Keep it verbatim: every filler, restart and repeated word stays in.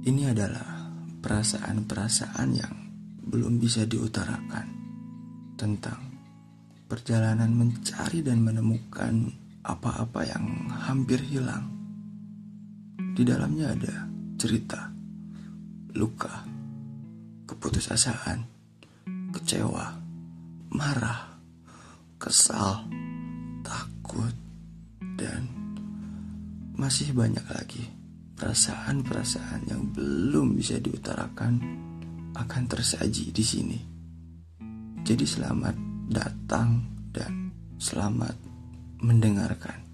Ini adalah perasaan-perasaan yang belum bisa diutarakan tentang perjalanan mencari dan menemukan apa-apa yang hampir hilang. Di dalamnya ada cerita, luka, keputusasaan, kecewa, marah, kesal, takut, dan masih banyak lagi perasaan-perasaan yang belum bisa diutarakan akan tersaji di sini. Jadi selamat datang dan selamat mendengarkan.